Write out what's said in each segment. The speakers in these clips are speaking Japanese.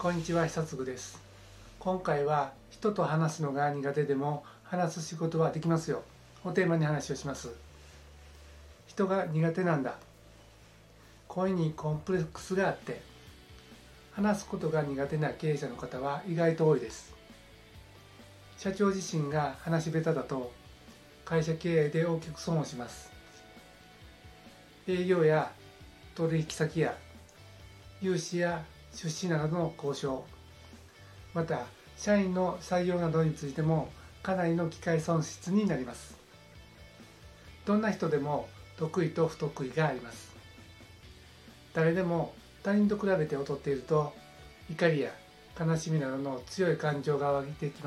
こんにちは、久嗣です。今回は人と話すのが苦手でも話す仕事はできますよをテーマに話をします。人が苦手なんだ。声にコンプレックスがあって話すことが苦手な経営者の方は意外と多いです。社長自身が話し下手だと会社経営で大きく損をします。営業や取引先や融資や出資などの交渉、また社員の採用などについてもかなりの機会損失になります。どんな人でも得意と不得意があります。誰でも他人と比べて劣っていると怒りや悲しみなどの強い感情が湧いてきます。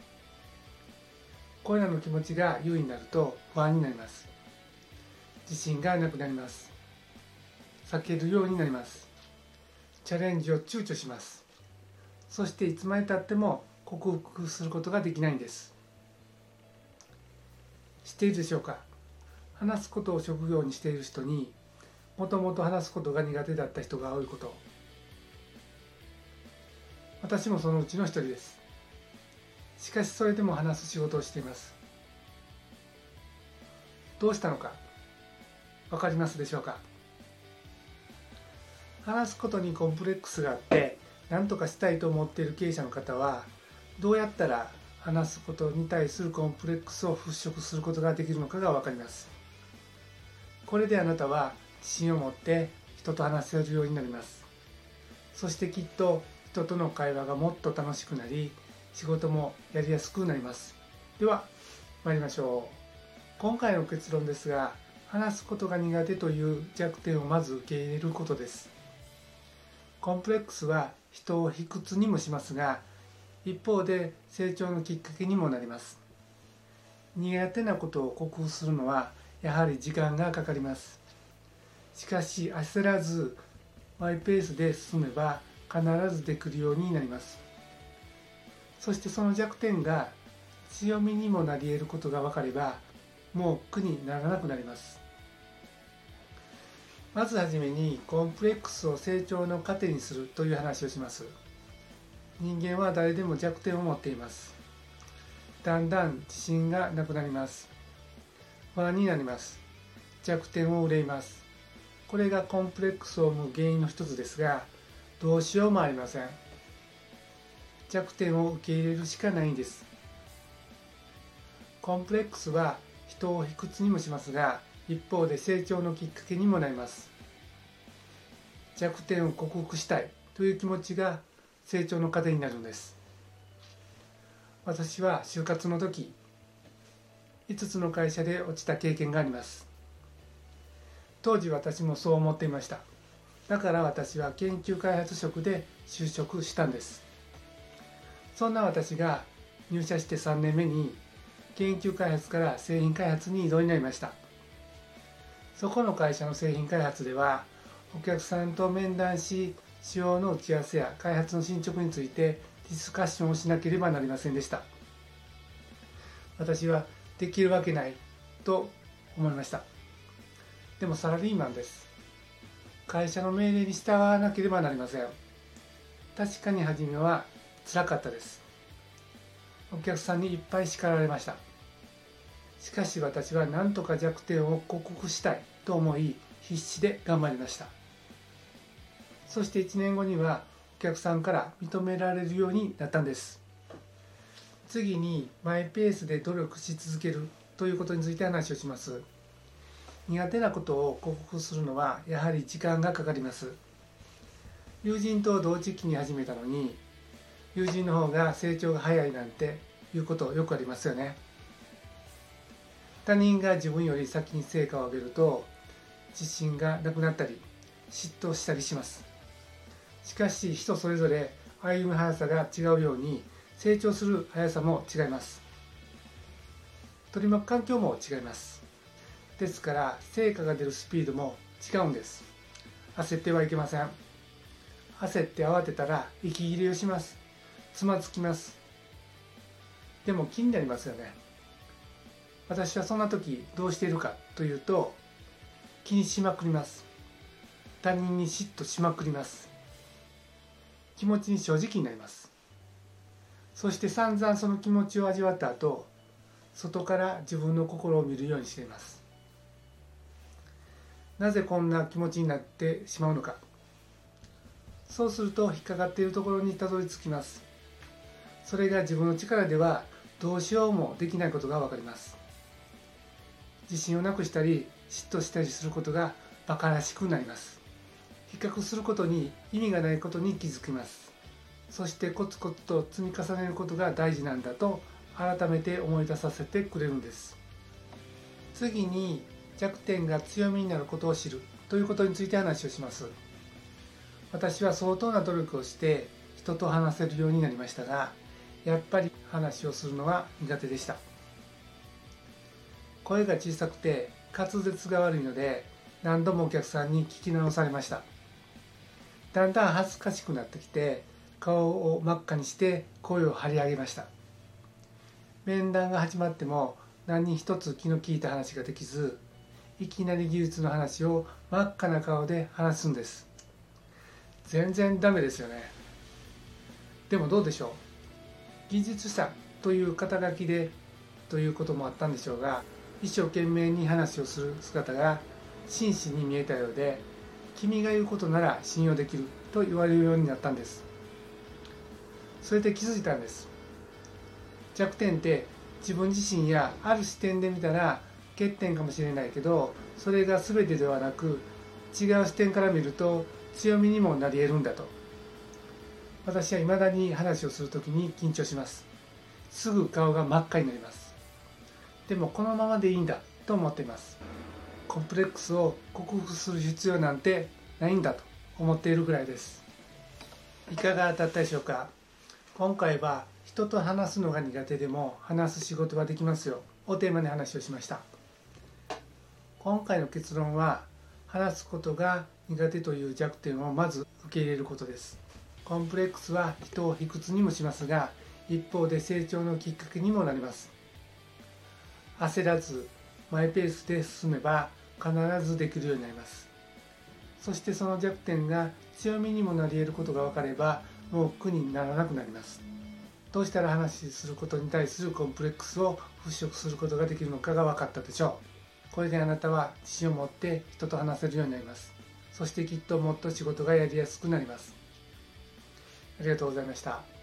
これらの気持ちが優位になると不安になります。自信がなくなります。避けるようになります。チャレンジを躊躇します。そしていつまでたっても克服することができないんです。知っているでしょうか。話すことを職業にしている人にもともと話すことが苦手だった人が多いこと。私もそのうちの一人です。しかしそれでも話す仕事をしています。どうしたのかわかりますでしょうか。話すことにコンプレックスがあって何とかしたいと思っている経営者の方はどうやったら話すことに対するコンプレックスを払拭することができるのかがわかります。これであなたは自信を持って人と話せるようになります。そしてきっと人との会話がもっと楽しくなり仕事もやりやすくなります。では参りましょう。今回の結論ですが、話すことが苦手という弱点をまず受け入れることです。コンプレックスは人を卑屈にもしますが、一方で成長のきっかけにもなります。苦手なことを克服するのはやはり時間がかかります。しかし焦らずマイペースで進めば必ずできるようになります。そしてその弱点が強みにもなり得ることが分かればもう苦にならなくなります。まずはじめにコンプレックスを成長の糧にするという話をします。人間は誰でも弱点を持っています。だんだん自信がなくなります。不安になります。弱点を憂います。これがコンプレックスを生む原因の一つですが、どうしようもありません。弱点を受け入れるしかないんです。コンプレックスは人を卑屈にもしますが、一方で成長のきっかけにもなります。弱点を克服したいという気持ちが成長の糧になるのです。私は就活の時、5つの会社で落ちた経験があります。当時私もそう思っていました。だから私は研究開発職で就職したんです。そんな私が入社して3年目に研究開発から製品開発に異動になりました。そこの会社の製品開発ではお客さんと面談し、仕様の打ち合わせや開発の進捗についてディスカッションをしなければなりませんでした。私はできるわけないと思いました。でもサラリーマンです。会社の命令に従わなければなりません。確かに初めは辛かったです。お客さんにいっぱい叱られました。しかし私は何とか弱点を克服したいと思い必死で頑張りました。そして1年後にはお客さんから認められるようになったんです。次にマイペースで努力し続けるということについて話をします。苦手なことを克服するのはやはり時間がかかります。友人と同時期に始めたのに友人の方が成長が早いなんていうことよくありますよね。他人が自分より先に成果を上げると自信がなくなったり嫉妬したりします。しかし人それぞれ歩む速さが違うように成長する速さも違います。取り巻く環境も違います。ですから成果が出るスピードも違うんです。焦ってはいけません。焦って慌てたら息切れをします。つまずきます。でも気になりますよね。私はそんな時どうしているかというと、気にしまくります。他人に嫉妬しまくります。 気持ちに正直になります。そして散々その気持ちを味わった後、外から自分の心を見るようにしています。なぜこんな気持ちになってしまうのか。そうすると引っかかっているところにたどり着きます。それが自分の力ではどうしようもできないことがわかります。自信をなくしたり嫉妬したりすることが馬鹿らしくなります。比較することに意味がないことに気づきます。そしてコツコツと積み重ねることが大事なんだと改めて思い出させてくれるんです。次に弱点が強みになることを知るということについて話をします。私は相当な努力をして人と話せるようになりましたが、やっぱり話をするのは苦手でした。声が小さくて滑舌が悪いので何度もお客さんに聞き直されました。だんだん恥ずかしくなってきて顔を真っ赤にして声を張り上げました。面談が始まっても何一つ気の利いた話ができず、いきなり技術の話を真っ赤な顔で話すんです。全然ダメですよね。でもどうでしょう。技術者という肩書きでということもあったんでしょうが、一生懸命に話をする姿が真摯に見えたようで、君が言うことなら信用できると言われるようになったんです。それで気づいたんです。弱点って自分自身やある視点で見たら欠点かもしれないけど、それが全てではなく違う視点から見ると強みにもなり得るんだと。私は未だに話をするときに緊張します。すぐ顔が真っ赤になります。でもこのままでいいんだと思っています。コンプレックスを克服する必要なんてないんだと思っているぐらいです。いかがだったでしょうか。今回は人と話すのが苦手でも話す仕事はできますよをテーマに話をしました。今回の結論は、話すことが苦手という弱点をまず受け入れることです。コンプレックスは人を卑屈にもしますが、一方で成長のきっかけにもなります。焦らずマイペースで進めば必ずできるようになります。そしてその弱点が強みにもなり得ることが分かれば、もう苦にならなくなります。どうしたら話しすることに対するコンプレックスを払拭することができるのかが分かったでしょう。これであなたは自信を持って人と話せるようになります。そしてきっともっと仕事がやりやすくなります。ありがとうございました。